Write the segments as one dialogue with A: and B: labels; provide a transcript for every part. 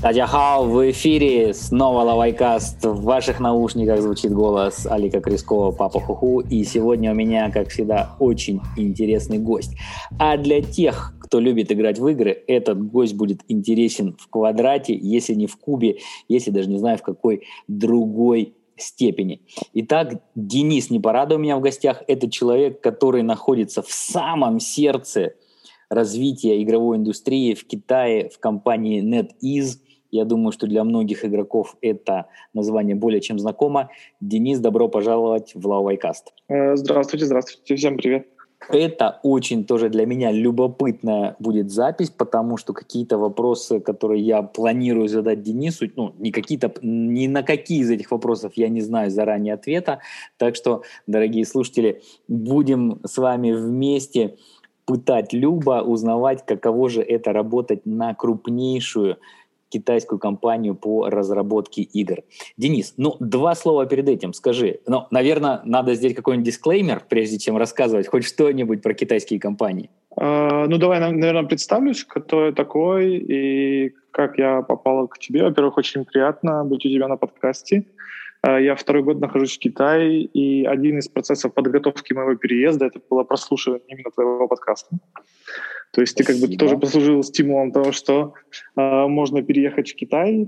A: Тадяхау, в эфире снова Лавайкаст. В ваших наушниках звучит голос Алика Крискова, Папа Хуху. И сегодня у меня, как всегда, очень интересный гость. А для тех, кто любит играть в игры, этот гость будет интересен в квадрате, если не в кубе, если даже не знаю в какой другой степени. Итак, Денис Непорадо у меня в гостях. Это человек, который находится в самом сердце развития игровой индустрии в Китае, в компании NetEase. Я думаю, что для многих игроков это название более чем знакомо. Денис, добро пожаловать в Лавайкаст.
B: Здравствуйте, всем привет.
A: Это очень тоже для меня любопытная будет запись, потому что какие-то вопросы, которые я планирую задать Денису, ни на какие из этих вопросов я не знаю заранее ответа. Так что, дорогие слушатели, будем с вами вместе пытать Люба, узнавать, каково же это работать на крупнейшую китайскую компанию по разработке игр. Денис, два слова перед этим скажи. Наверное, надо сделать какой-нибудь дисклеймер, прежде чем рассказывать хоть что-нибудь про китайские компании.
B: Давай, наверное, представлюсь, кто я такой и как я попал к тебе. Во-первых, очень приятно быть у тебя на подкасте. Я второй год нахожусь в Китае, и один из процессов подготовки моего переезда — это было прослушивание именно твоего подкаста. То есть ты тоже послужил стимулом того, что можно переехать в Китай.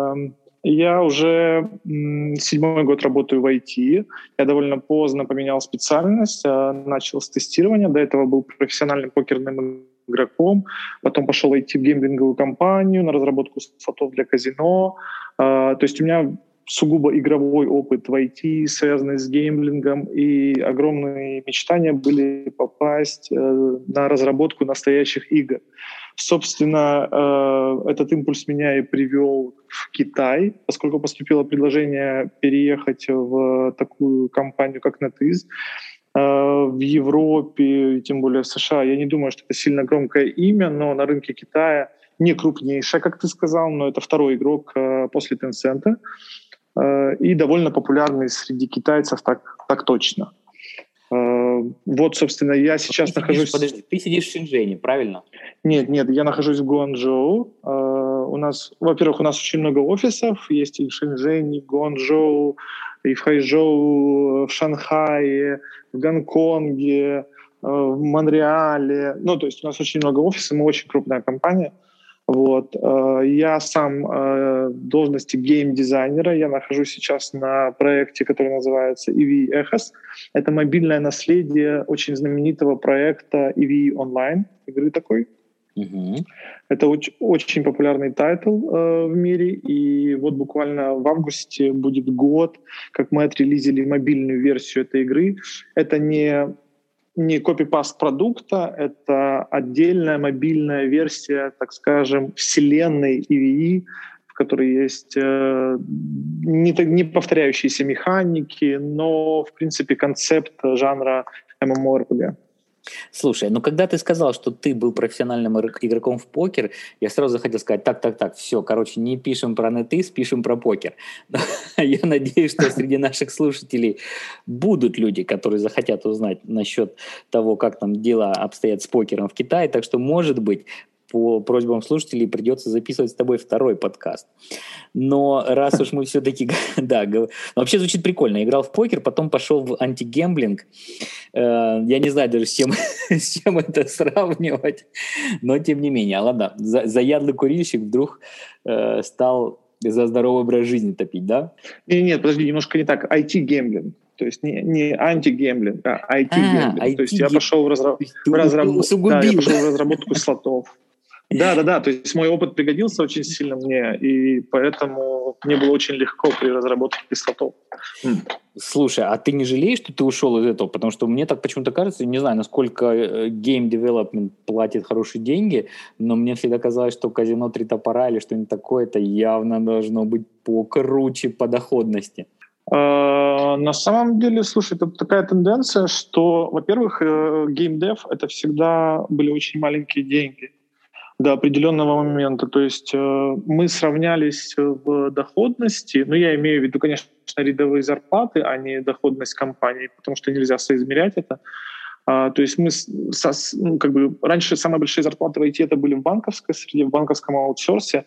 B: Я уже 7-й год работаю в IT. Я довольно поздно поменял специальность, начал с тестирования. До этого был профессиональным покерным игроком. Потом пошел идти в геймлинговую компанию на разработку слотов для казино. То есть у меня сугубо игровой опыт в IT, связанный с геймлингом, и огромные мечтания были попасть на разработку настоящих игр. Собственно, этот импульс меня и привел в Китай, поскольку поступило предложение переехать в такую компанию, как NetEase. В Европе, тем более в США, я не думаю, что это сильно громкое имя, но на рынке Китая не крупнейшее, как ты сказал, но это второй игрок после Tencent. И довольно популярный среди китайцев, так точно. Вот, собственно, я сейчас нахожусь...
A: Подожди, ты сидишь в Шэньчжэне, правильно?
B: Нет, я нахожусь в Гуанчжоу. Во-первых, у нас очень много офисов. Есть и в Шэньчжэне, и в Гуанчжоу, и в Хайчжоу, в Шанхае, в Гонконге, в Монреале. То есть у нас очень много офисов, мы очень крупная компания. Вот. Я сам в должности гейм-дизайнера. Я нахожусь сейчас на проекте, который называется EVE Echos. Это мобильное наследие очень знаменитого проекта EVE Online, игры такой.
A: Mm-hmm.
B: Это очень популярный тайтл в мире. И вот буквально в августе будет год, как мы отрелизили мобильную версию этой игры. Это не копипаст продукта, это отдельная мобильная версия, так скажем, вселенной EVE, в которой есть не повторяющиеся механики, но, в принципе, концепт жанра MMORPG.
A: Слушай, когда ты сказал, что ты был профессиональным игроком в покер, я сразу захотел сказать, так, все, не пишем про NetEase, пишем про покер. Я надеюсь, что среди наших слушателей будут люди, которые захотят узнать насчет того, как там дела обстоят с покером в Китае, так что, может быть, по просьбам слушателей придется записывать с тобой второй подкаст. Но раз уж мы все-таки... вообще звучит прикольно. Играл в покер, потом пошел в антигемблинг. Я не знаю даже, с чем это сравнивать. Но тем не менее. Ладно, заядлый курильщик вдруг стал за здоровый образ жизни топить, да?
B: Нет, подожди, немножко не так. IT-гемблинг. То есть не антигемблинг, а IT-гемблинг. То есть я пошел в разработку слотов. Да, то есть мой опыт пригодился очень сильно мне, и поэтому мне было очень легко при разработке слотов.
A: Слушай, а ты не жалеешь, что ты ушел из этого? Потому что мне так почему-то кажется, не знаю, насколько Game Development платит хорошие деньги, но мне всегда казалось, что казино «Три топора» или что-нибудь такое, это явно должно быть покруче по доходности.
B: На самом деле, слушай, это такая тенденция, что, во-первых, геймдев — это всегда были очень маленькие деньги до определенного момента. То есть мы сравнялись в доходности, я имею в виду, конечно, рядовые зарплаты, а не доходность компании, потому что нельзя соизмерять это. То есть мы раньше самые большие зарплаты в IT это были в банковской среде, в банковском аутсорсе,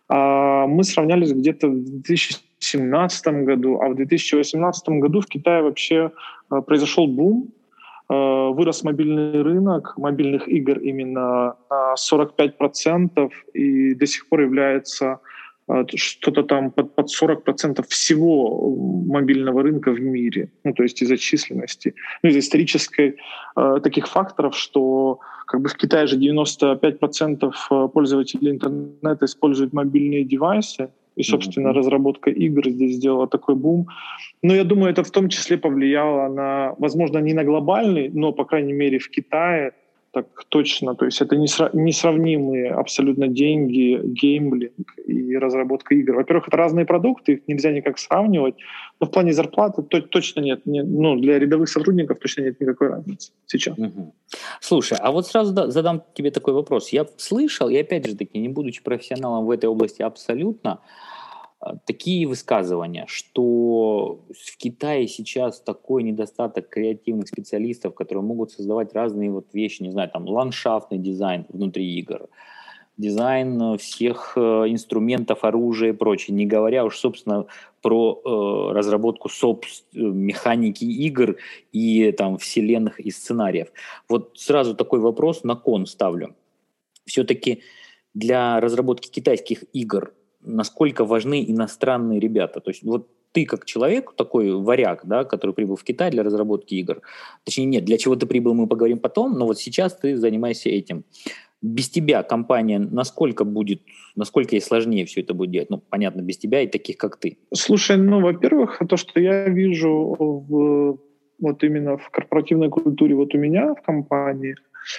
B: А мы сравнялись где-то в 2017 году, а в 2018 году в Китае вообще произошел бум, вырос мобильный рынок мобильных игр именно на 45% и до сих пор является что-то там под 40% всего мобильного рынка в мире, ну, то есть из-за численности, ну, из-за исторической таких факторов, что как бы в Китае же 95% пользователей интернета используют мобильные девайсы, и, собственно, разработка игр здесь сделала такой бум. Но я думаю, это в том числе повлияло на, возможно, не на глобальный, но, по крайней мере, в Китае так точно. То есть это несравнимые абсолютно деньги, геймблинг и разработка игр. Во-первых, это разные продукты, их нельзя никак сравнивать. Но в плане зарплаты точно нет. Ну, для рядовых сотрудников точно нет никакой разницы сейчас.
A: Слушай, а вот сразу задам тебе такой вопрос. Я слышал, и опять же таки, не будучи профессионалом в этой области абсолютно, такие высказывания, что в Китае сейчас такой недостаток креативных специалистов, которые могут создавать разные вот вещи, не знаю, там ландшафтный дизайн внутри игр, дизайн всех инструментов, оружия и прочее, не говоря уж, собственно, про разработку механики игр и там вселенных и сценариев. Вот сразу такой вопрос на кон ставлю. Все-таки для разработки китайских игр насколько важны иностранные ребята? То есть вот ты как человек, такой варяг, да, который прибыл в Китай для разработки игр, точнее нет, для чего ты прибыл, мы поговорим потом, но вот сейчас ты занимаешься этим. Без тебя компания насколько ей сложнее все это будет делать? Ну, понятно, без тебя и таких, как ты.
B: Слушай, ну, во-первых, то, что я вижу вот именно в корпоративной культуре вот у меня в компании,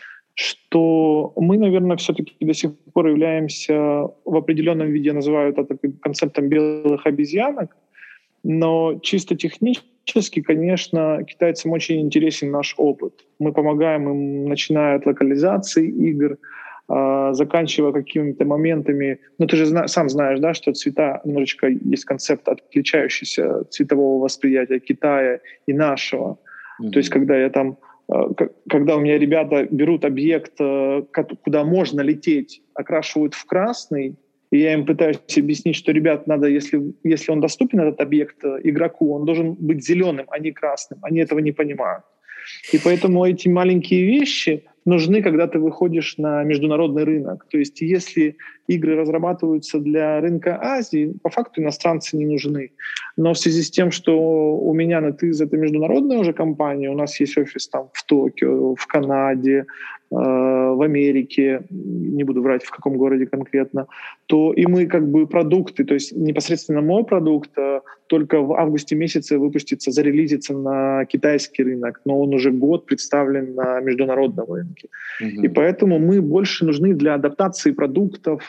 B: что мы, наверное, все-таки до сих пор являемся в определенном виде, называют это концептом белых обезьянок, но чисто технически, конечно, китайцам очень интересен наш опыт. Мы помогаем им, начиная от локализации игр, заканчивая какими-то моментами. Ну, ты же сам знаешь, да, что цвета, немножечко есть концепт отличающийся цветового восприятия Китая и нашего. То есть, когда у меня ребята берут объект, куда можно лететь, окрашивают в красный, и я им пытаюсь объяснить, что, ребят, надо, если он доступен, этот объект игроку, он должен быть зеленым, а не красным. Они этого не понимают. И поэтому эти маленькие вещи нужны, когда ты выходишь на международный рынок. То есть если игры разрабатываются для рынка Азии, по факту иностранцы не нужны. Но в связи с тем, что у меня NetEase — это международная уже компания, у нас есть офис там в Токио, в Канаде, в Америке, не буду врать, в каком городе конкретно, то и мы как бы продукты, то есть непосредственно мой продукт только в августе месяце выпустится, зарелизится на китайский рынок, но он уже год представлен на международном рынке. И поэтому мы больше нужны для адаптации продуктов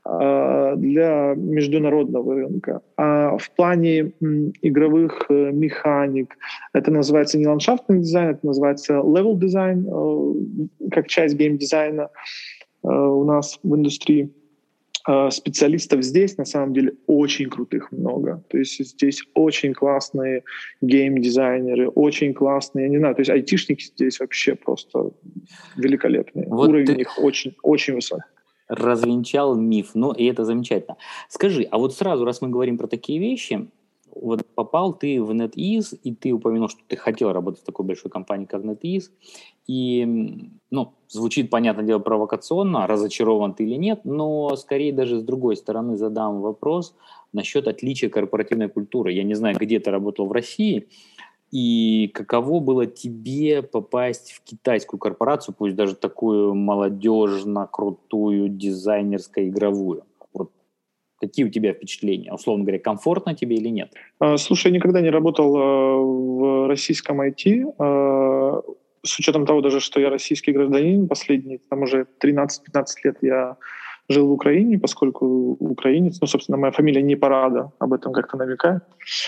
B: для международного рынка. А в плане игровых механик это называется не ландшафтный дизайн, это называется level дизайн, как часть геймдизайна у нас в индустрии. Специалистов здесь на самом деле очень крутых много. То есть здесь очень классные геймдизайнеры, очень классные, я не знаю, то есть айтишники здесь вообще просто великолепные. Вот уровень их очень, очень высокий.
A: Развенчал миф, ну и это замечательно. Скажи, а вот сразу, раз мы говорим про такие вещи, вот попал ты в NetEase, и ты упомянул, что ты хотел работать в такой большой компании, как NetEase, и, ну, звучит, понятное дело, провокационно, разочарован ты или нет, но скорее даже с другой стороны задам вопрос насчет отличия корпоративной культуры. Я не знаю, где ты работал в России, и каково было тебе попасть в китайскую корпорацию, пусть даже такую молодежно крутую, дизайнерско-игровую? Вот какие у тебя впечатления? Условно говоря, комфортно тебе или нет?
B: Слушай, я никогда не работал в российском IT. С учетом того даже, что я российский гражданин последний, там уже 13-15 лет я жил в Украине, поскольку украинец, ну, собственно, моя фамилия не Парада, об этом как-то намекает.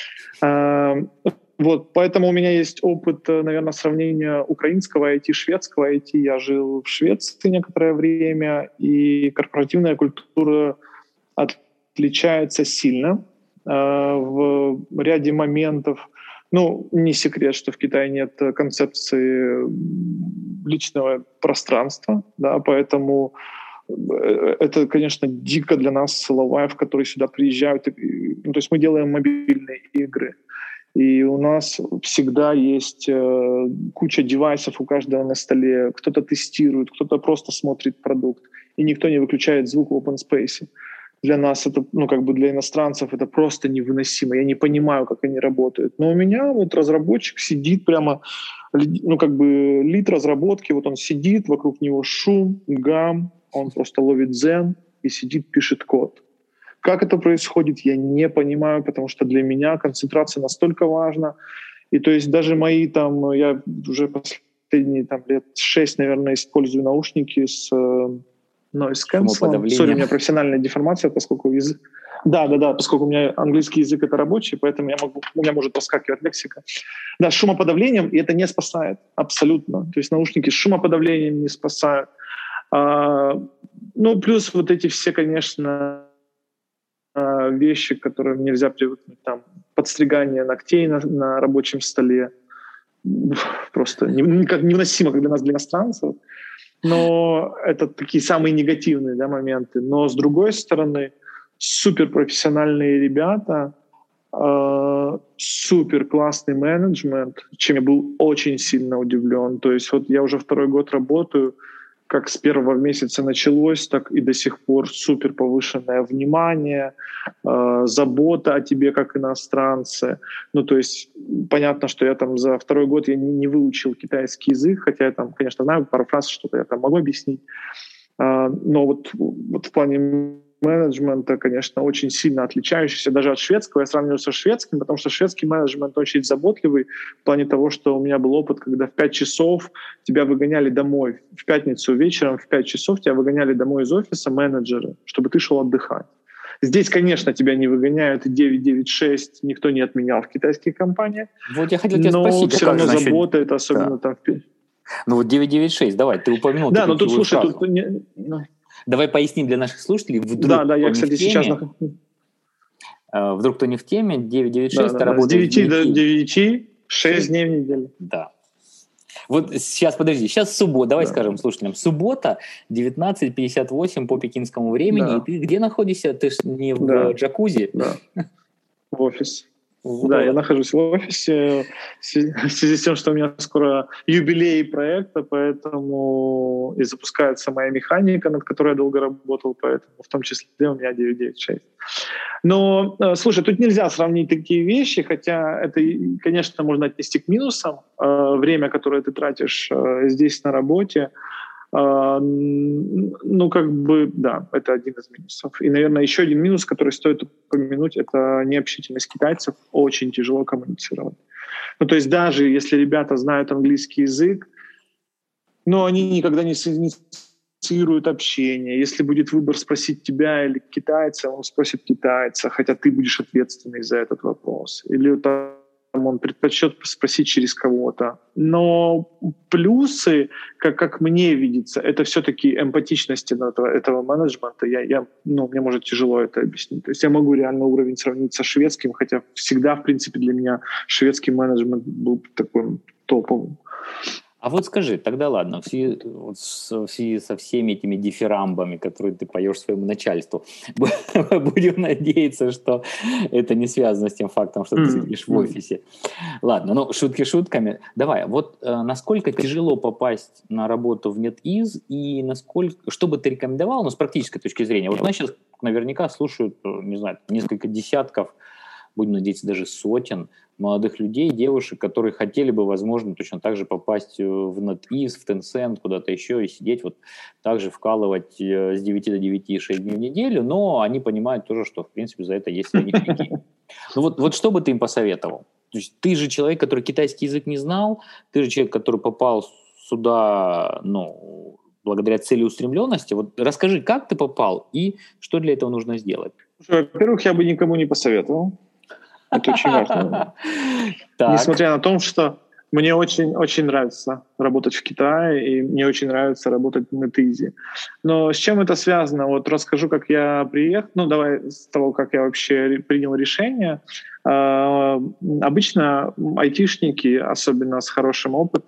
B: Вот, поэтому у меня есть опыт, наверное, сравнения украинского IT, шведского IT. Я жил в Швеции некоторое время, и корпоративная культура отличается сильно в ряде моментов. Ну, не секрет, что в Китае нет концепции личного пространства, да, поэтому это, конечно, дико для нас Live, которые сюда приезжают. Ну, то есть мы делаем мобильные игры. И у нас всегда есть куча девайсов у каждого на столе. Кто-то тестирует, кто-то просто смотрит продукт. И никто не выключает звук в open space. Для нас это, ну, как бы для иностранцев это просто невыносимо. Я не понимаю, как они работают. Но у меня вот разработчик сидит прямо, ну, как бы лид разработки, вот он сидит, вокруг него шум, гам, он просто ловит дзен и сидит, пишет код. Как это происходит, я не понимаю, потому что для меня концентрация настолько важна. И то есть даже мои там, я уже последние там, лет 6, наверное, использую наушники с noise cancel. Сори, у меня профессиональная деформация, поскольку язык... Да, поскольку у меня английский язык — это рабочий, поэтому у меня может проскакивать лексика. Да, с шумоподавлением, и это не спасает абсолютно. То есть наушники с шумоподавлением не спасают. Ну, плюс вот эти все, конечно, вещи, к которым нельзя привыкнуть, там, подстригание ногтей на рабочем столе. Просто невыносимо, как для нас, для иностранцев. Но это такие самые негативные, да, моменты. Но с другой стороны, суперпрофессиональные ребята, супер классный менеджмент, чем я был очень сильно удивлен. То есть вот я уже 2-й год работаю, как с 1-го месяца началось, так и до сих пор супер повышенное внимание, забота о тебе как иностранце. Ну, то есть понятно, что я там за 2-й год я не выучил китайский язык, хотя я там, конечно, знаю пару фраз, что-то я там могу объяснить. Но вот в плане менеджмента, конечно, очень сильно отличающийся даже от шведского. Я сравниваю со шведским, потому что шведский менеджмент очень заботливый в плане того, что у меня был опыт, когда в 5 часов тебя выгоняли домой. В пятницу вечером в 5 часов тебя выгоняли домой из офиса менеджеры, чтобы ты шел отдыхать. Здесь, конечно, тебя не выгоняют, 996 никто не отменял в китайских компаниях.
A: Вот я хотел тебя спросить,
B: но все равно забота, это особенно там...
A: Ну вот 996, давай, ты упомянул.
B: Да, но тут, слушай, тут...
A: Давай поясним для наших слушателей. Вдруг
B: да, я, кстати, сейчас...
A: Вдруг кто не в теме, 996
B: это работает с 9 до 9, 6 дней в неделю.
A: Да. Вот сейчас, подожди, сейчас суббота, давай скажем слушателям, суббота, 19:58 по пекинскому времени, и ты где находишься? Ты ж не в джакузи?
B: Да, в офис. Да, я нахожусь в офисе в связи с тем, что у меня скоро юбилей проекта, поэтому и запускается моя механика, над которой я долго работал, поэтому в том числе у меня 996. Но, слушай, тут нельзя сравнить такие вещи, хотя это, конечно, можно отнести к минусам. Время, которое ты тратишь здесь на работе, ну, как бы, да, это один из минусов. И, наверное, еще один минус, который стоит упомянуть, это необщительность китайцев. Очень тяжело коммуницировать. Ну, то есть даже если ребята знают английский язык, но они никогда не инициируют общение. Если будет выбор спросить тебя или китайца, он спросит китайца, хотя ты будешь ответственный за этот вопрос. Или там он предпочтет спросить через кого-то. Но плюсы, как мне видится, это все-таки эмпатичность этого менеджмента. Мне, может, тяжело это объяснить. То есть я могу реально уровень сравнить со шведским, хотя всегда, в принципе, для меня шведский менеджмент был таким топовым.
A: А вот скажи, тогда ладно, в связи со всеми этими дифирамбами, которые ты поешь своему начальству, будем надеяться, что это не связано с тем фактом, что ты сидишь в офисе. Ладно, ну шутки шутками. Давай, вот насколько тяжело попасть на работу в NetEase и что бы ты рекомендовал, с практической точки зрения? Вот нас сейчас наверняка слушают, не знаю, несколько десятков, будем надеяться, даже сотен молодых людей, девушек, которые хотели бы, возможно, точно так же попасть в NetEase, в Tencent, куда-то еще и сидеть, вот так же вкалывать с 9 до 9 6 дней в неделю, но они понимают тоже, что, в принципе, за это есть свои нефтяки. Ну вот что бы ты им посоветовал? То есть ты же человек, который китайский язык не знал, ты же человек, который попал сюда, благодаря целеустремленности. Вот расскажи, как ты попал и что для этого нужно сделать?
B: Во-первых, я бы никому не посоветовал. Это очень важно. Несмотря на то, что мне очень нравится работать в Китае, и мне очень нравится работать на NetEase. Но с чем это связано? Вот расскажу, как я приехал. Давай с того, как я вообще принял решение. Обычно айтишники, особенно с хорошим опытом,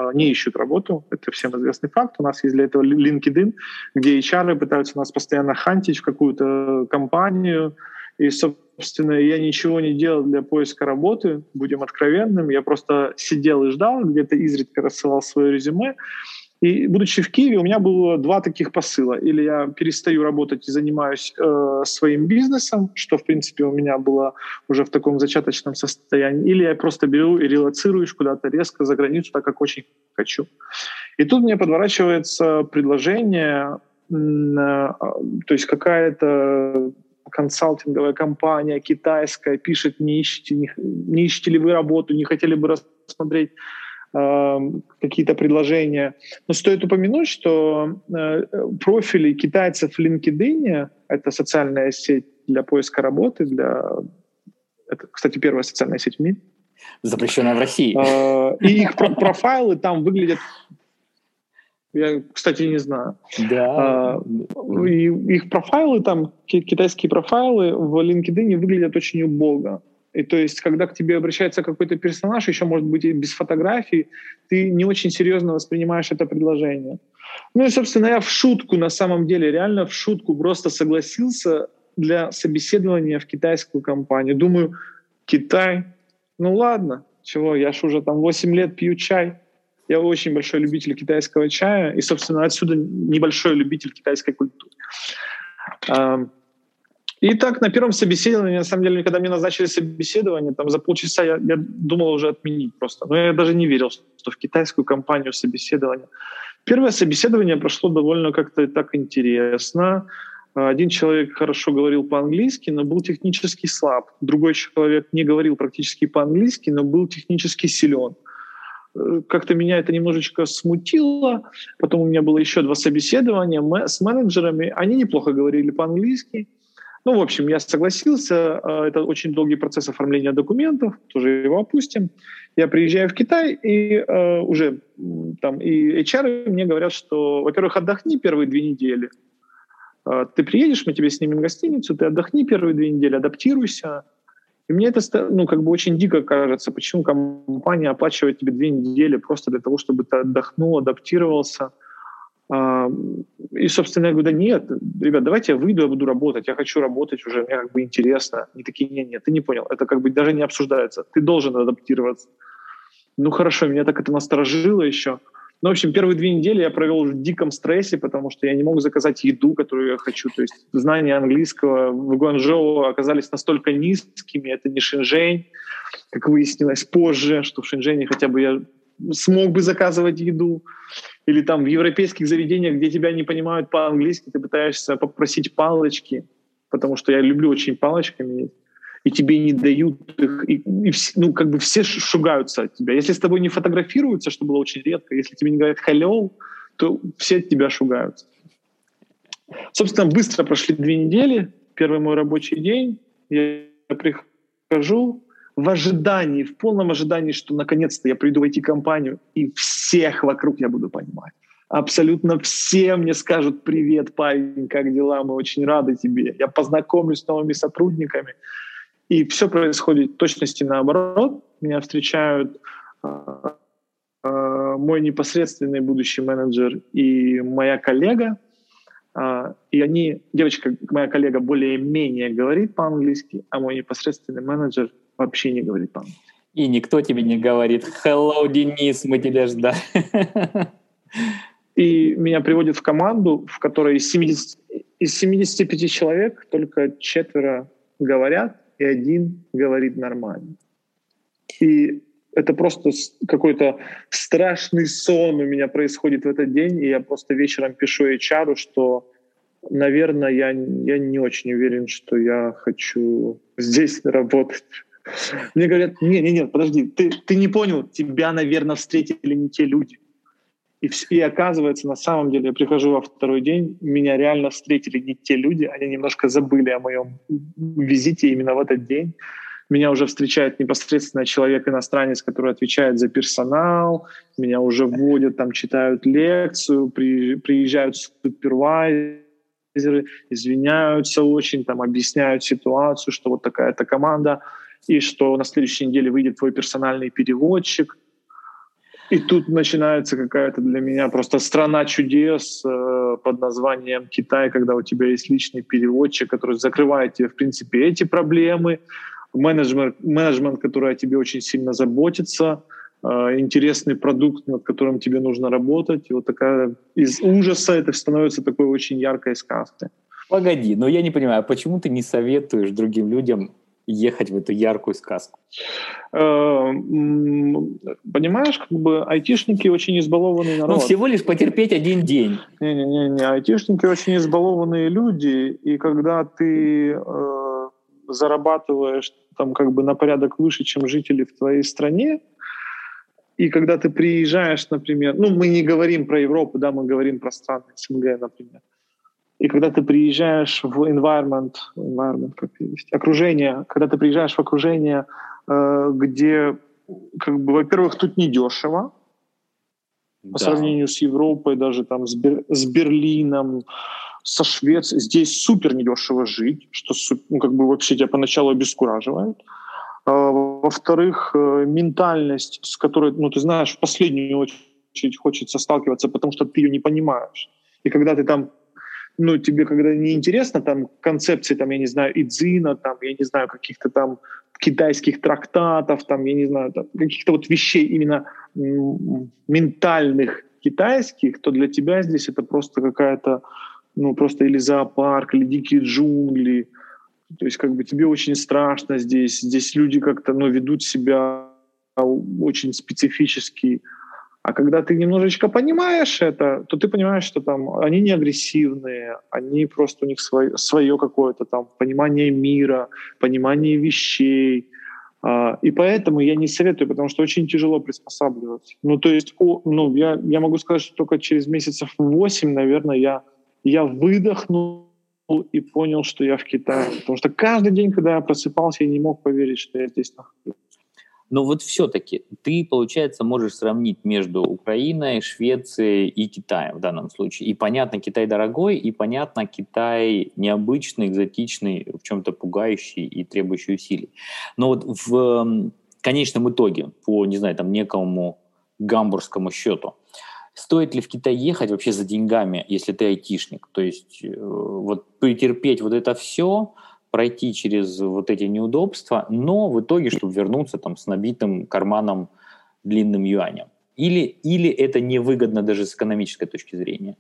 B: не ищут работу. Это всем известный факт. У нас есть для этого LinkedIn, где HR пытаются нас постоянно хантить в какую-то компанию. И, собственно, я ничего не делал для поиска работы, будем откровенным. Я просто сидел и ждал, где-то изредка рассылал свое резюме. И, будучи в Киеве, у меня было два таких посыла. Или я перестаю работать и занимаюсь своим бизнесом, что, в принципе, у меня было уже в таком зачаточном состоянии, или я просто беру и релоцируюсь куда-то резко за границу, так как очень хочу. И тут мне подворачивается предложение, то есть какая-то консалтинговая компания китайская пишет: не ищете ли вы работу, не хотели бы рассмотреть какие-то предложения. Но стоит упомянуть, что профили китайцев в LinkedIn — это социальная сеть для поиска работы, это, кстати, первая социальная сеть в мире.
A: Запрещенная в России.
B: И их профайлы там выглядят... Я, кстати, не знаю.
A: Да.
B: Их профайлы там, китайские профайлы в LinkedIn выглядят очень убого. И то есть, когда к тебе обращается какой-то персонаж, еще, может быть, и без фотографий, ты не очень серьезно воспринимаешь это предложение. Ну и, собственно, я в шутку, на самом деле, реально в шутку просто согласился для собеседования в китайскую компанию. Думаю, Китай, ну ладно, чего, я ж уже там 8 лет пью чай. Я очень большой любитель китайского чая, и, собственно, отсюда небольшой любитель китайской культуры. И так, на первом собеседовании, на самом деле, когда мне назначили собеседование, там за полчаса я думал уже отменить просто. Но я даже не верил, что в китайскую компанию собеседование. Первое собеседование прошло довольно как-то так интересно. Один человек хорошо говорил по-английски, но был технически слаб. Другой человек не говорил практически по-английски, но был технически силен. Как-то меня это немножечко смутило. Потом у меня было еще 2 собеседования с менеджерами. Они неплохо говорили по-английски. Ну, в общем, я согласился. Это очень долгий процесс оформления документов, тоже его опустим. Я приезжаю в Китай, и уже там и HR мне говорят, что, во-первых, отдохни первые 2 недели. Ты приедешь, мы тебе снимем гостиницу, ты отдохни первые 2 недели, адаптируйся. И мне это, ну, как бы очень дико кажется, почему компания оплачивает тебе 2 недели просто для того, чтобы ты отдохнул, адаптировался. И, собственно, я говорю: да нет, ребят, давайте я выйду, я буду работать, я хочу работать уже, мне как бы интересно. Они такие: нет, ты не понял, это как бы даже не обсуждается, ты должен адаптироваться. Ну хорошо, меня так это насторожило еще. Ну, в общем, первые 2 недели я провел в диком стрессе, потому что я не мог заказать еду, которую я хочу. То есть знания английского в Гуанчжоу оказались настолько низкими, это не Шэньчжэнь, как выяснилось позже, что в Шэньчжэне хотя бы я смог бы заказывать еду. Или там в европейских заведениях, где тебя не понимают по-английски, ты пытаешься попросить палочки, потому что я люблю очень палочками есть, и тебе не дают их, ну, как бы все шугаются от тебя. Если с тобой не фотографируются, что было очень редко, если тебе не говорят «hello», то все от тебя шугаются. Собственно, быстро прошли 2 недели, первый мой рабочий день, я прихожу в ожидании, в полном ожидании, что наконец-то я приду в IT-компанию, и всех вокруг я буду понимать. Абсолютно все мне скажут: привет, парень, как дела, мы очень рады тебе. Я познакомлюсь с новыми сотрудниками. И все происходит в точности наоборот. Меня встречают мой непосредственный будущий менеджер и моя коллега. И девочка, моя коллега, более-менее говорит по-английски, а мой непосредственный менеджер вообще не говорит по-английски.
A: И никто тебе не говорит: «Hello, Денис, мы тебя ждали».
B: И меня приводят в команду, в которой из 75 человек только 4 говорят, и 1 говорит нормально. И это просто какой-то страшный сон у меня происходит в этот день, и я просто вечером пишу HR, что, наверное, я не очень уверен, что я хочу здесь работать. Мне говорят: нет, подожди, ты не понял, тебя, наверное, встретили не те люди. И оказывается, на самом деле, я прихожу во 2-й день, меня реально встретили не те люди, они немножко забыли о моем визите именно в этот день. Меня уже встречает непосредственно человек-иностранец, который отвечает за персонал, меня уже вводят, там читают лекцию, приезжают супервайзеры, извиняются очень, там объясняют ситуацию, что вот такая-то команда, и что на следующей неделе выйдет твой персональный переводчик. И тут начинается какая-то для меня просто страна чудес под названием Китай, когда у тебя есть личный переводчик, который закрывает тебе, в принципе, эти проблемы, менеджмент, который о тебе очень сильно заботится, интересный продукт, над которым тебе нужно работать. И вот такая из ужаса это становится такой очень яркой сказкой.
A: Погоди, но я не понимаю, почему ты не советуешь другим людям ехать в эту яркую сказку?
B: Понимаешь, как бы айтишники очень избалованный народ.
A: Ну, всего лишь потерпеть один день.
B: Не, айтишники очень избалованные люди, и когда ты зарабатываешь там как бы на порядок выше, чем жители в твоей стране, и когда ты приезжаешь, например, ну, мы не говорим про Европу, да, мы говорим про страны СНГ, например, и когда ты приезжаешь в environment как есть, окружение, когда ты приезжаешь в окружение, где, как бы, во-первых, тут недешево, по сравнению с Европой, даже там с Берлином, со Швецией. Здесь супер недешево жить, что ну, как бы вообще тебя поначалу обескураживает. Во-вторых, ментальность, с которой, ну, ты знаешь, в последнюю очередь хочется сталкиваться, потому что ты ее не понимаешь. И когда ты там, ну, тебе когда неинтересно, там, концепции, там, я не знаю, идзина, там, я не знаю, каких-то там китайских трактатов, там, я не знаю, там, каких-то вот вещей именно ментальных китайских, то для тебя здесь это просто какая-то, ну, просто или зоопарк, или дикие джунгли. То есть как бы тебе очень страшно здесь. Здесь люди как-то, ну, ведут себя очень специфически. А когда ты немножечко понимаешь это, то ты понимаешь, что там они не агрессивные, они просто у них свое какое-то там понимание мира, понимание вещей. И поэтому я не советую, потому что очень тяжело приспосабливаться. Ну, то есть, я могу сказать, что только через месяцев 8, наверное, я выдохнул и понял, что я в Китае. Потому что каждый день, когда я просыпался, я не мог поверить, что я здесь нахожусь.
A: Но вот все-таки ты, получается, можешь сравнить между Украиной, Швецией и Китаем в данном случае. И понятно, Китай дорогой, и понятно, Китай необычный, экзотичный, в чем-то пугающий и требующий усилий. Но вот в конечном итоге, по, не знаю, там некому гамбургскому счету, стоит ли в Китай ехать вообще за деньгами, если ты айтишник? То есть вот претерпеть вот это все, пройти через вот эти неудобства, но в итоге, чтобы вернуться там с набитым карманом длинным юанем? Или это невыгодно даже с экономической точки зрения?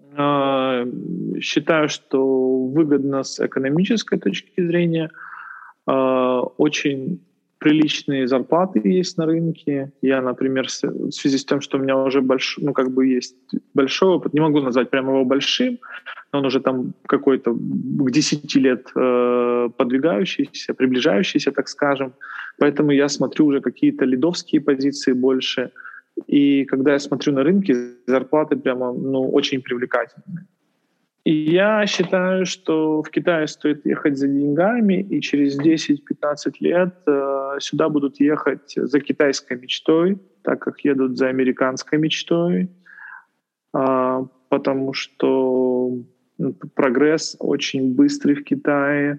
B: Считаю, что выгодно с экономической точки зрения. Очень приличные зарплаты есть на рынке. Я, например, в связи с тем, что у меня уже есть большой опыт, не могу назвать прямо его большим, но он уже там какой-то к 10 лет подвигающийся, приближающийся, так скажем. Поэтому я смотрю уже какие-то лидовские позиции больше. И когда я смотрю на рынки, зарплаты прямо очень привлекательные. И я считаю, что в Китае стоит ехать за деньгами, и через 10-15 лет сюда будут ехать за китайской мечтой, так как едут за американской мечтой, потому что прогресс очень быстрый в Китае.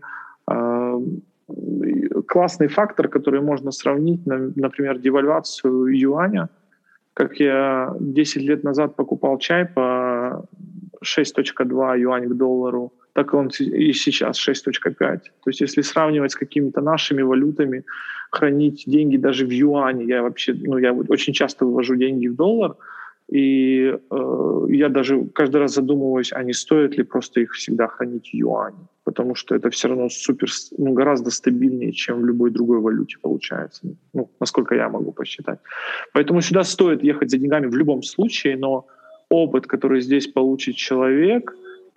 B: Классный фактор, который можно сравнить, например, девальвацию юаня. Как я 10 лет назад покупал чай по 6.2 юань к доллару, так он и сейчас 6.5. То есть если сравнивать с какими-то нашими валютами, хранить деньги даже в юане, я очень часто вывожу деньги в доллар, и я даже каждый раз задумываюсь, а не стоит ли просто их всегда хранить в юане, потому что это все равно гораздо стабильнее, чем в любой другой валюте получается, насколько я могу посчитать. Поэтому сюда стоит ехать за деньгами в любом случае, но опыт, который здесь получит человек,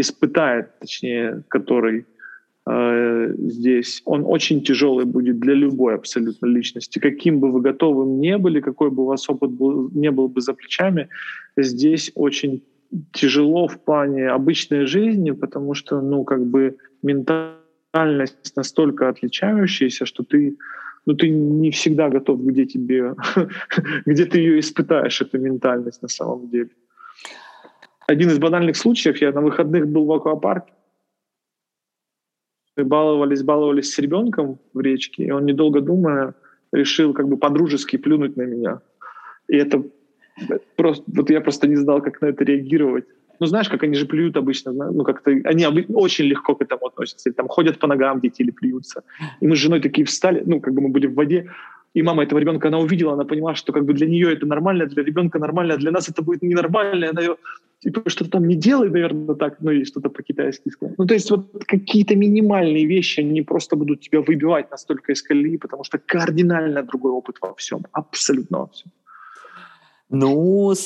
B: который здесь, он очень тяжелый будет для любой абсолютно личности. Каким бы вы готовым не были, какой бы у вас опыт не был бы за плечами, здесь очень тяжело в плане обычной жизни, потому что, ментальность настолько отличающаяся, что ты не всегда готов, где ты ее испытаешь, эту ментальность на самом деле. Один из банальных случаев, я на выходных был в аквапарке, мы баловались с ребенком в речке, и он, недолго думая, решил как бы по-дружески плюнуть на меня. И это Просто, вот я просто не знал, как на это реагировать. Ну, знаешь, как они же плюют обычно, ну, как-то они очень легко к этому относятся. Или там ходят по ногам дети или плюются. И мы с женой такие встали, ну, как бы мы были в воде, и мама этого ребенка, она увидела, она поняла, что как бы для нее это нормально, для ребенка нормально, а для нас это будет ненормально. Она ее, типа, что-то там не делай, наверное, так, ну, или что-то по-китайски сказать. Ну, то есть вот какие-то минимальные вещи, они просто будут тебя выбивать настолько из колеи, потому что кардинально другой опыт во всем, абсолютно во всем.
A: Ну,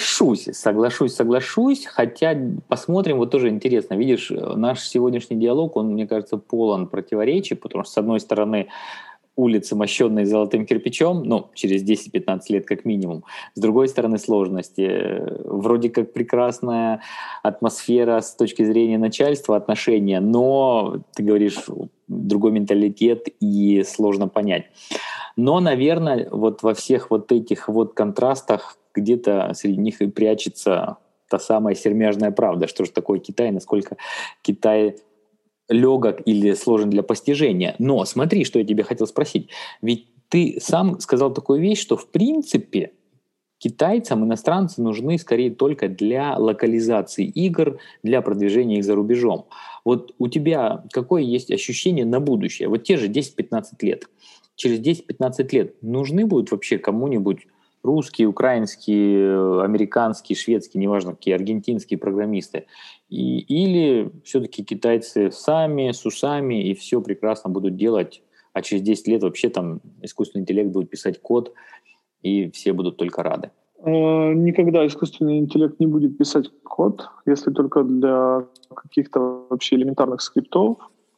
A: соглашусь, хотя посмотрим, вот тоже интересно, видишь, наш сегодняшний диалог, он, мне кажется, полон противоречий, потому что, с одной стороны, улицы, мощенные золотым кирпичом, ну, через 10-15 лет как минимум. С другой стороны, сложности. Вроде как прекрасная атмосфера с точки зрения начальства, отношения, но, ты говоришь, другой менталитет и сложно понять. Но, наверное, вот во всех вот этих вот контрастах где-то среди них и прячется та самая сермяжная правда, что же такое Китай, насколько Китай легок или сложен для постижения. Но смотри, что я тебе хотел спросить. Ведь ты сам сказал такую вещь, что в принципе китайцам иностранцы нужны скорее только для локализации игр, для продвижения их за рубежом. Вот у тебя какое есть ощущение на будущее? Вот те же 10-15 лет. Через 10-15 лет нужны будут вообще кому-нибудь русские, украинские, американские, шведские, неважно какие, аргентинские программисты? Или все-таки китайцы сами, с усами, и все прекрасно будут делать, а через 10 лет вообще там искусственный интеллект будет писать код, и все будут только рады?
B: Никогда искусственный интеллект не будет писать код, если только для каких-то вообще элементарных скриптов.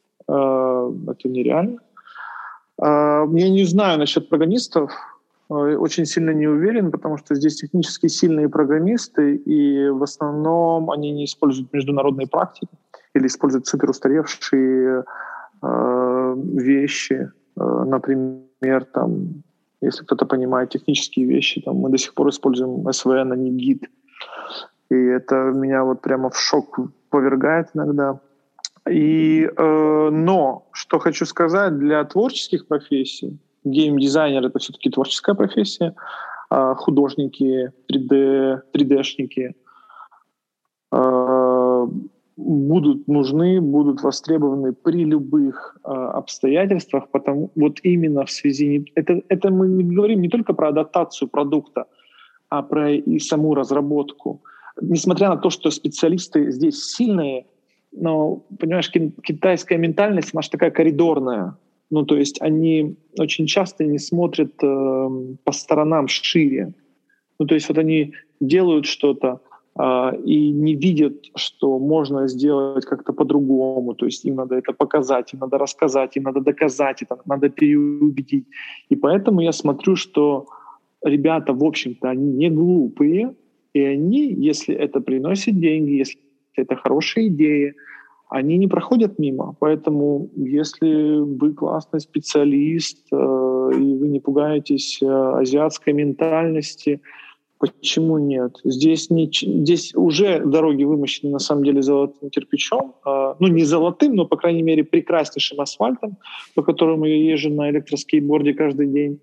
B: Это нереально. Я не знаю насчет программистов, очень сильно не уверен, потому что здесь технически сильные программисты, и в основном они не используют международные практики или используют супер устаревшие вещи. Например, там, если кто-то понимает технические вещи, там, мы до сих пор используем SVN, а не Git. И это меня вот прямо в шок повергает иногда. Но, что хочу сказать, для творческих профессий, геймдизайнер — это все-таки творческая профессия, художники, 3D-шники будут нужны, будут востребованы при любых обстоятельствах, потому вот именно в связи... Это мы не говорим не только про адаптацию продукта, а про и саму разработку. Несмотря на то, что специалисты здесь сильные, но, понимаешь, китайская ментальность, она же такая коридорная. Ну, то есть они очень часто не смотрят по сторонам шире. Ну, то есть вот они делают что-то и не видят, что можно сделать как-то по-другому. То есть им надо это показать, им надо рассказать, им надо доказать, это надо переубедить. И поэтому я смотрю, что ребята, в общем-то, они не глупые, и они, если это приносит деньги, если это хорошая идея, они не проходят мимо. Поэтому если вы классный специалист, и вы не пугаетесь азиатской ментальности, почему нет? Здесь уже дороги вымощены на самом деле золотым кирпичом. Ну, не золотым, но, по крайней мере, прекраснейшим асфальтом, по которому я езжу на электроскейтборде каждый день.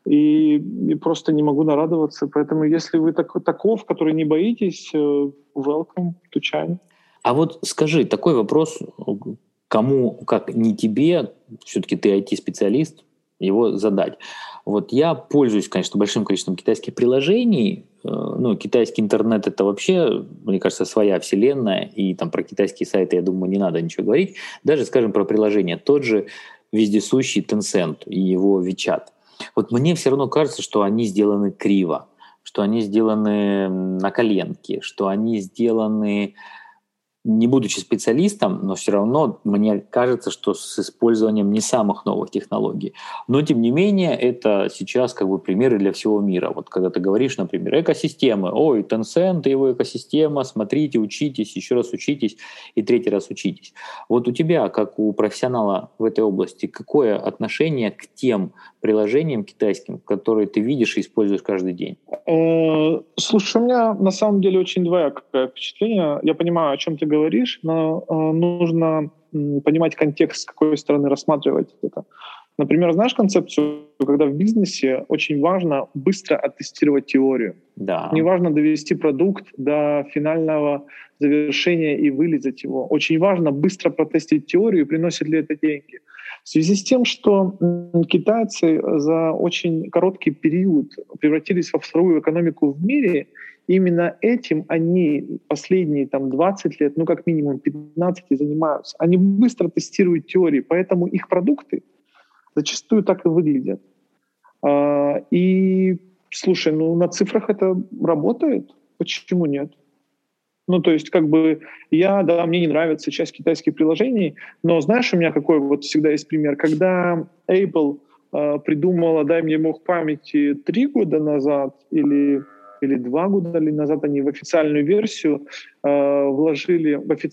B: И просто не могу нарадоваться. Поэтому если вы таков, который не боитесь, welcome to China.
A: А вот скажи, такой вопрос, кому, как не тебе, все-таки ты IT-специалист, его задать. Вот я пользуюсь, конечно, большим количеством китайских приложений. Ну, китайский интернет — это вообще, мне кажется, своя вселенная, и там про китайские сайты, я думаю, не надо ничего говорить. Даже, скажем, про приложение. Тот же вездесущий Tencent и его WeChat. Вот мне все равно кажется, что они сделаны криво, что они сделаны на коленке, что они сделаны, не будучи специалистом, но все равно мне кажется, что с использованием не самых новых технологий. Но, тем не менее, это сейчас как бы примеры для всего мира. Вот когда ты говоришь, например, экосистемы, ой, Tencent и его экосистема, смотрите, учитесь, еще раз учитесь и третий раз учитесь. Вот у тебя, как у профессионала в этой области, какое отношение к тем приложениям китайским, которые ты видишь и используешь каждый день?
B: Слушай, у меня на самом деле очень двоякое впечатление. Я понимаю, о чем ты говоришь, но нужно понимать контекст, с какой стороны рассматривать это. Например, знаешь концепцию, когда в бизнесе очень важно быстро оттестировать теорию.
A: Да.
B: Не важно довести продукт до финального завершения и вылезать его. Очень важно быстро протестить теорию, приносит ли это деньги. В связи с тем, что китайцы за очень короткий период превратились во вторую экономику в мире, именно этим они последние 20 лет, как минимум 15 и занимаются. Они быстро тестируют теории, поэтому их продукты зачастую так и выглядят. И, слушай, на цифрах это работает? Почему нет? То есть, мне не нравится часть китайских приложений, но знаешь, у меня какой всегда есть пример. Когда Apple придумала, дай мне бог памяти, 3 года назад или 2 года назад они в официальную версию вложили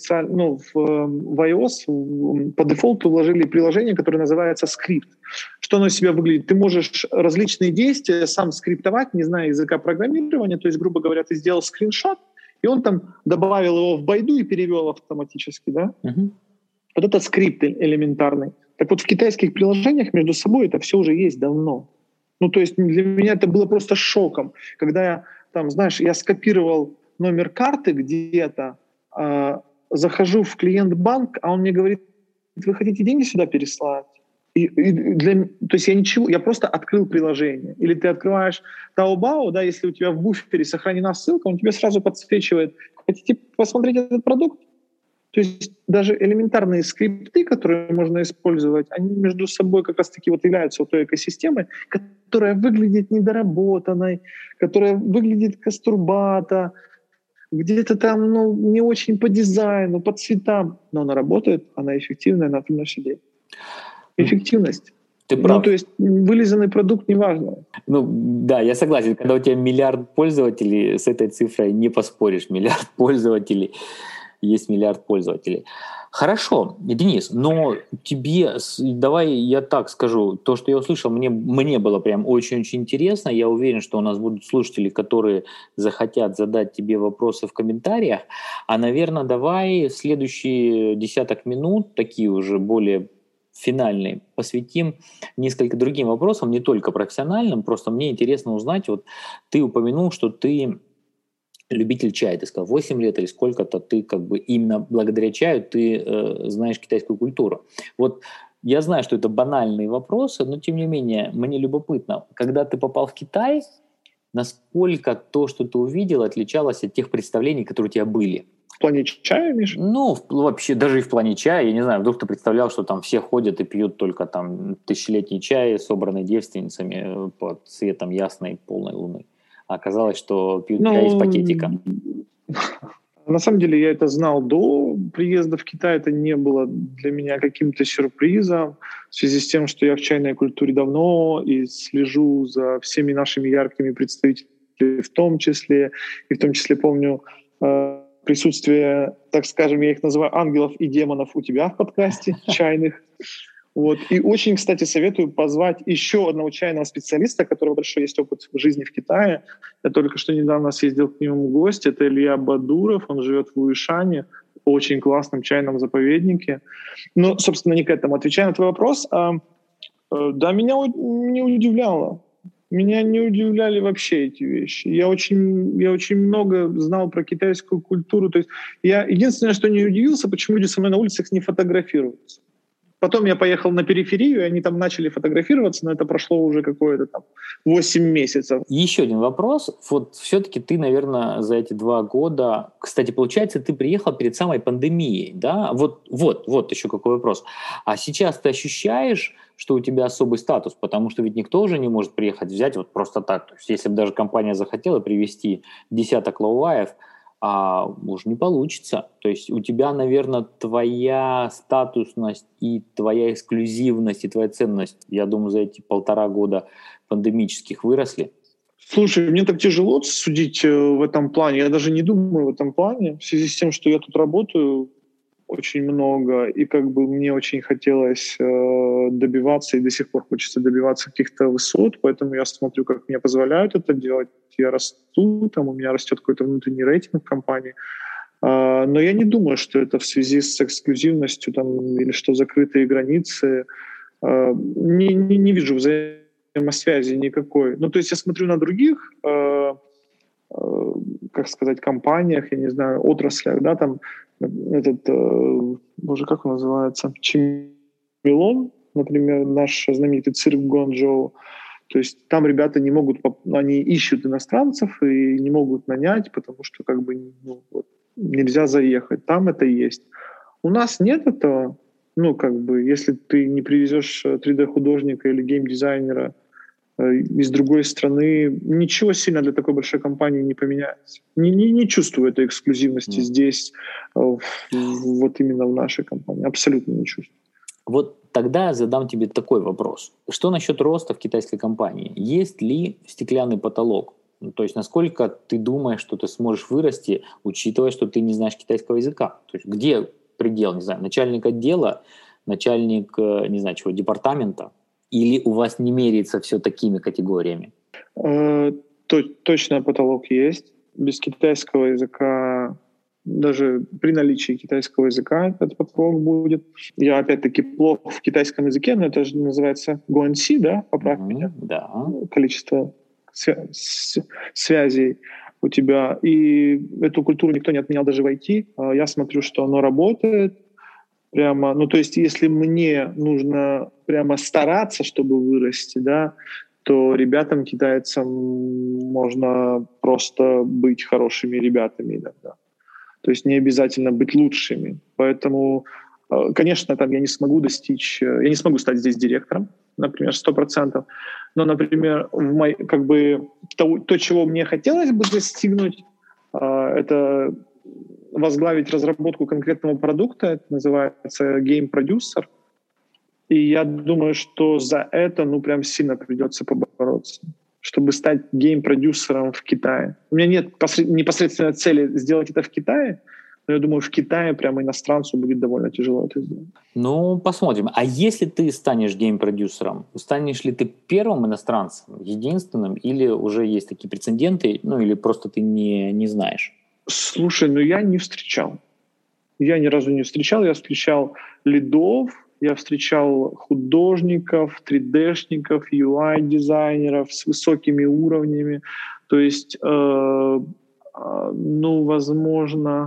B: в iOS по дефолту вложили приложение, которое называется скрипт. Что оно из себя выглядит? Ты можешь различные действия сам скриптовать, не зная языка программирования, то есть, грубо говоря, ты сделал скриншот, и он там добавил его в байду и перевел автоматически, да?
A: Uh-huh.
B: Вот это скрипт элементарный. Так вот в китайских приложениях между собой это все уже есть давно. То есть для меня это было просто шоком, когда я я скопировал номер карты где-то, захожу в клиент-банк, а он мне говорит, вы хотите деньги сюда переслать? То есть я просто открыл приложение. Или ты открываешь Taobao, да, если у тебя в буфере сохранена ссылка, он тебе сразу подсвечивает, хотите посмотреть этот продукт? То есть даже элементарные скрипты, которые можно использовать, они между собой как раз-таки являются той экосистемой, которая выглядит недоработанной, которая выглядит кастурбато, где-то там не очень по дизайну, по цветам, но она работает, она эффективная, она приносит деньги. Эффективность.
A: Ты прав.
B: То есть вылизанный продукт не важно.
A: Да, я согласен. Когда у тебя миллиард пользователей, с этой цифрой не поспоришь. Миллиард пользователей, есть миллиард пользователей. Хорошо, Денис, но тебе, давай я так скажу, то, что я услышал, мне было прям очень-очень интересно. Я уверен, что у нас будут слушатели, которые захотят задать тебе вопросы в комментариях. А, наверное, давай следующие десяток минут, такие уже более финальные, посвятим несколько другим вопросам, не только профессиональным. Просто мне интересно узнать, ты упомянул, что ты любитель чая, ты сказал, 8 лет или сколько-то ты именно благодаря чаю ты знаешь китайскую культуру. Я знаю, что это банальные вопросы, но тем не менее мне любопытно, когда ты попал в Китай, насколько то, что ты увидел, отличалось от тех представлений, которые у тебя были?
B: В плане чая, Миша?
A: Вообще, даже и в плане чая, я не знаю, вдруг ты представлял, что там все ходят и пьют только там тысячелетний чай, собранный девственницами под светом ясной полной луны. А оказалось, что пьют чай из пакетика.
B: На самом деле я это знал до приезда в Китай, это не было для меня каким-то сюрпризом в связи с тем, что я в чайной культуре давно и слежу за всеми нашими яркими представителями в том числе помню присутствие, так скажем, я их называю ангелов и демонов у тебя в подкасте чайных. И очень, кстати, советую позвать еще одного чайного специалиста, у которого большой есть опыт в жизни в Китае. Я только что недавно съездил к нему в гости. Это Илья Бадуров, он живет в Уишане, в очень классном чайном заповеднике. Но, собственно, не к этому. Отвечая на твой вопрос, да, меня не удивляло. Меня не удивляли вообще эти вещи. Я очень много знал про китайскую культуру. То есть я единственное, что не удивился, почему люди со мной на улицах не фотографируются. Потом я поехал на периферию, и они там начали фотографироваться, но это прошло уже какое-то 8 месяцев.
A: Еще один вопрос. Все-таки ты, наверное, за эти 2 года... Кстати, получается, ты приехал перед самой пандемией, да? Вот еще какой вопрос. А сейчас ты ощущаешь, что у тебя особый статус? Потому что ведь никто уже не может приехать взять просто так. То есть если бы даже компания захотела привезти десяток лауваев, уж не получится. То есть у тебя, наверное, твоя статусность и твоя эксклюзивность и твоя ценность, я думаю, за эти 1,5 года пандемических выросли.
B: Слушай, мне так тяжело судить в этом плане. Я даже не думаю в этом плане. В связи с тем, что я тут работаю очень много, и мне очень хотелось добиваться, и до сих пор хочется добиваться каких-то высот, поэтому я смотрю, как мне позволяют это делать. Я расту, у меня растет какой-то внутренний рейтинг в компании. Но я не думаю, что это в связи с эксклюзивностью или что закрытые границы Не вижу взаимосвязи никакой. Ну, то есть я смотрю на других, как сказать, компаниях, я не знаю, отраслях, да, там этот, боже, как он называется, Чемелон, например, наш знаменитый цирк в Гуанчжоу. То есть там ребята не могут, они ищут иностранцев и не могут нанять, потому что как бы нельзя заехать. Там это есть. У нас нет этого. Ну, как бы, если ты не привезешь 3D-художника или гейм-дизайнера из другой страны, ничего сильно для такой большой компании не поменяется. Не чувствую этой эксклюзивности здесь, вот именно в нашей компании. Абсолютно не чувствую.
A: Вот тогда задам тебе такой вопрос. Что насчет роста в китайской компании? Есть ли стеклянный потолок? Ну, то есть насколько ты думаешь, что ты сможешь вырасти, учитывая, что ты не знаешь китайского языка? То есть где предел, не знаю, начальник отдела, начальник, не знаю чего, департамента? Или у вас не меряется все такими категориями?
B: Точно потолок есть. Без китайского языка, даже при наличии китайского языка этот потолок будет. Я, опять-таки, плохо в китайском языке, но это же называется гуанси, да? Поправь меня.
A: Да.
B: Количество связей у тебя. И эту культуру никто не отменял даже в IT. Я смотрю, что оно работает. Прямо, ну, то есть, если мне нужно прямо стараться, чтобы вырасти, да, то ребятам, китайцам можно просто быть хорошими ребятами иногда. То есть не обязательно быть лучшими. Поэтому, конечно, там я не смогу стать здесь директором, например, 100%. Но, например, как бы то, чего мне хотелось бы достигнуть, это возглавить разработку конкретного продукта, это называется гейм-продюсер. И я думаю, что за это, прям сильно придется побороться, чтобы стать гейм-продюсером в Китае. У меня нет непосредственной цели сделать это в Китае, но я думаю, в Китае прямо иностранцу будет довольно тяжело это сделать.
A: Ну, посмотрим. А если ты станешь гейм-продюсером, станешь ли ты первым иностранцем, единственным, или уже есть такие прецеденты, или просто ты не знаешь?
B: Слушай, я не встречал. Я ни разу не встречал. Я встречал лидов, я встречал художников, 3D-шников, UI-дизайнеров с высокими уровнями. То есть, возможно,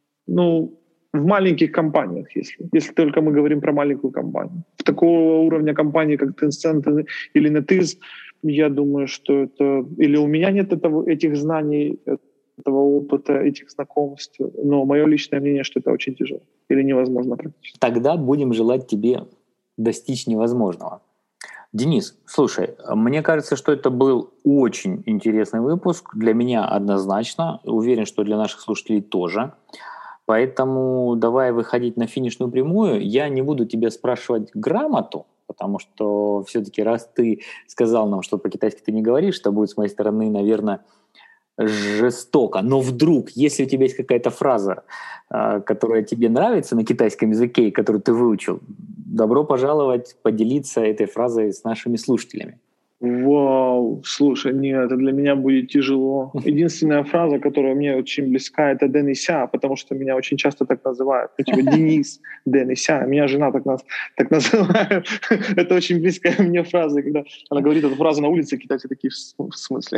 B: в маленьких компаниях, если только мы говорим про маленькую компанию. В такого уровня компании, как Tencent или NetEase, я думаю, что это... Или у меня нет этих знаний, этого опыта, этих знакомств. Но мое личное мнение, что это очень тяжело или невозможно практически.
A: Тогда будем желать тебе достичь невозможного. Денис, слушай, мне кажется, что это был очень интересный выпуск. Для меня однозначно. Уверен, что для наших слушателей тоже. Поэтому давай выходить на финишную прямую. Я не буду тебя спрашивать грамоту, потому что все-таки раз ты сказал нам, что по-китайски ты не говоришь, это будет с моей стороны, наверное, жестоко. Но вдруг, если у тебя есть какая-то фраза, которая тебе нравится на китайском языке, которую ты выучил, добро пожаловать поделиться этой фразой с нашими слушателями.
B: Вау, слушай, нет, это для меня будет тяжело. Единственная фраза, которая мне очень близка, это Дэн и Ся, потому что меня очень часто так называют. Денис, Дэн и Ся. Меня жена так называет. Это очень близкая мне фраза, когда она говорит эту фразу на улице, китайцы такие, в смысле?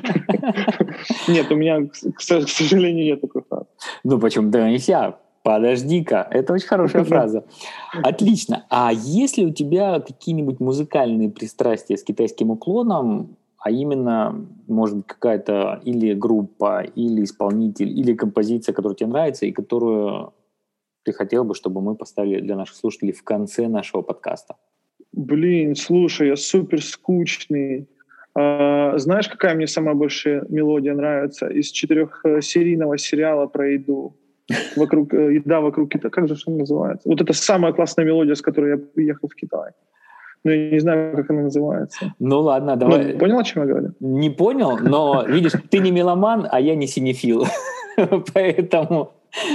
B: Нет, у меня, к сожалению, нет такой фразы.
A: Почему Дэн и Ся? Подожди-ка, это очень хорошая фраза. Отлично. А есть ли у тебя какие-нибудь музыкальные пристрастия с китайским уклоном, а именно, может быть, какая-то или группа, или исполнитель, или композиция, которая тебе нравится и которую ты хотел бы, чтобы мы поставили для наших слушателей в конце нашего подкаста?
B: Слушай, я супер скучный. Знаешь, какая мне самая большая мелодия нравится из 4-серийного сериала про еду? Еда вокруг Китая. Как же что называется? Вот это самая классная мелодия, с которой я приехал в Китай. Но я не знаю, как она называется.
A: Ну ладно, давай.
B: Понял, о чем я говорю?
A: Не понял, но видишь, ты не меломан, а я не синефил. Поэтому,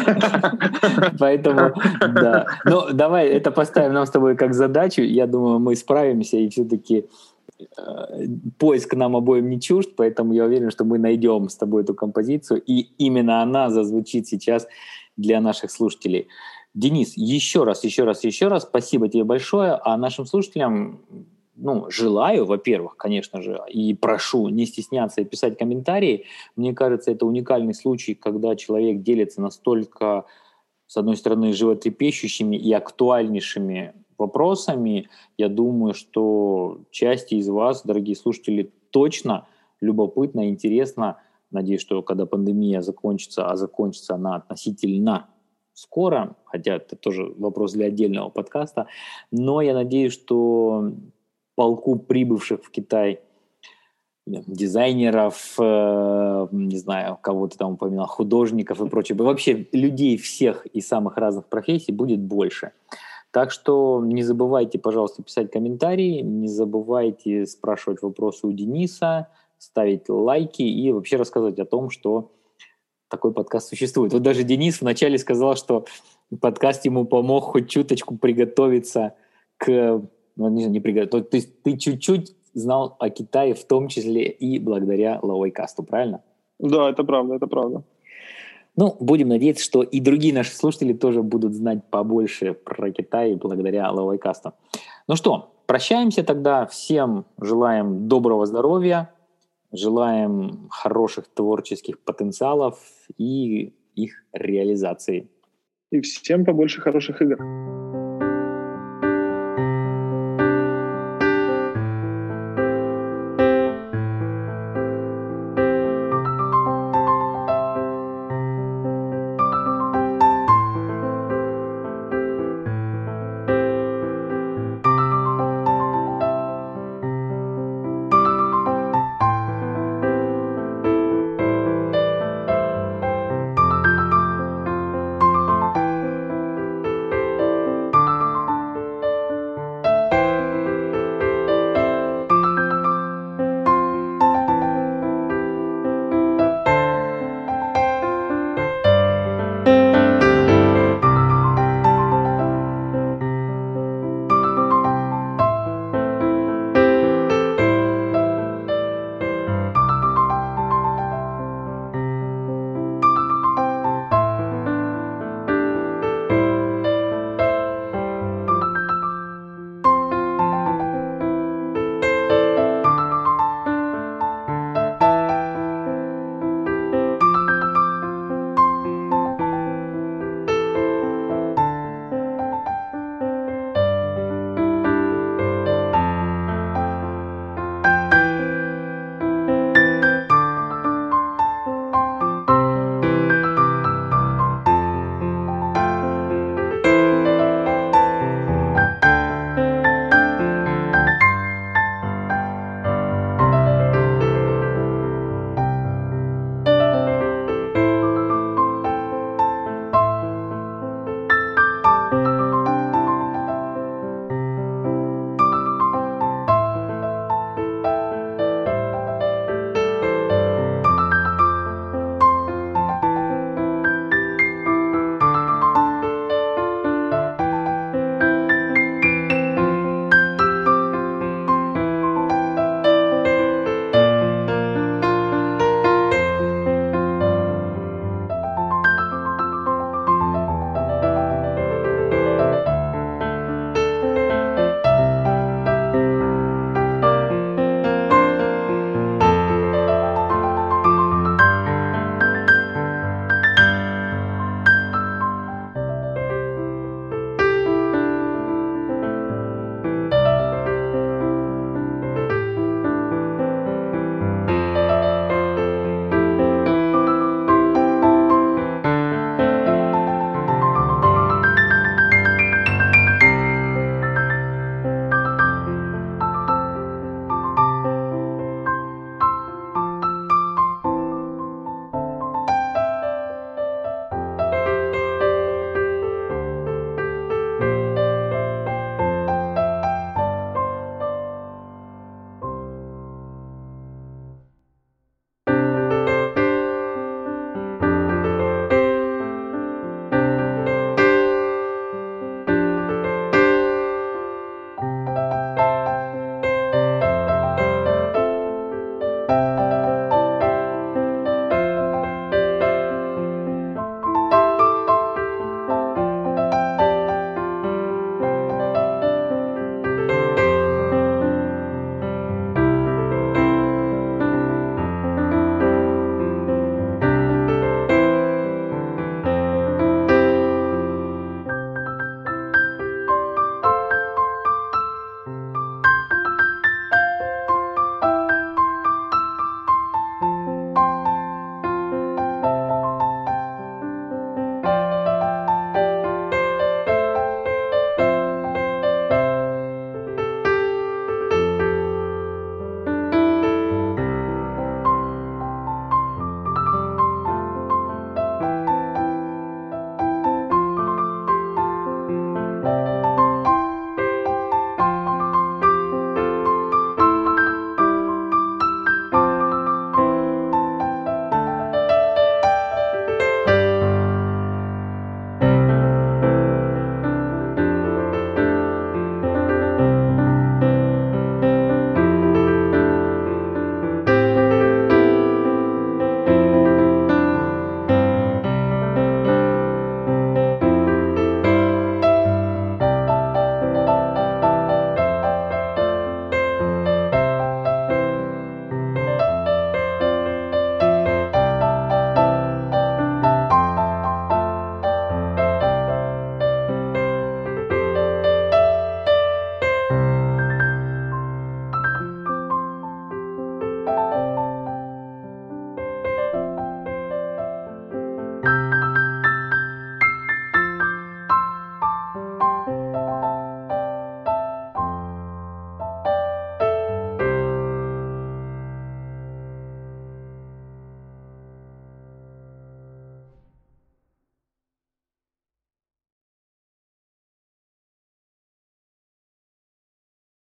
A: да. Ну, давай это поставим нам с тобой как задачу. Я думаю, мы справимся, и все-таки поиск нам обоим не чужд, поэтому я уверен, что мы найдем с тобой эту композицию, и именно она зазвучит сейчас для наших слушателей. Денис, еще раз спасибо тебе большое, а нашим слушателям желаю, во-первых, конечно же, и прошу не стесняться и писать комментарии. Мне кажется, это уникальный случай, когда человек делится настолько, с одной стороны, животрепещущими и актуальнейшими вопросами. Я думаю, что части из вас, дорогие слушатели, точно любопытно, интересно. Надеюсь, что когда пандемия закончится, а закончится она относительно скоро, хотя это тоже вопрос для отдельного подкаста, но я надеюсь, что полку прибывших в Китай дизайнеров, не знаю, кого ты там упоминал, художников и прочее, вообще людей всех и самых разных профессий будет больше. Так что не забывайте, пожалуйста, писать комментарии, не забывайте спрашивать вопросы у Дениса, ставить лайки и вообще рассказывать о том, что такой подкаст существует. Вот даже Денис вначале сказал, что подкаст ему помог хоть чуточку приготовиться к... не приготовиться, то есть ты чуть-чуть знал о Китае, в том числе и благодаря Лавайкасту, правильно?
B: Да, это правда, это правда.
A: Будем надеяться, что и другие наши слушатели тоже будут знать побольше про Китай благодаря Лавайкасту. Ну что, прощаемся тогда. Всем желаем доброго здоровья, желаем хороших творческих потенциалов и их реализации.
B: И всем побольше хороших игр.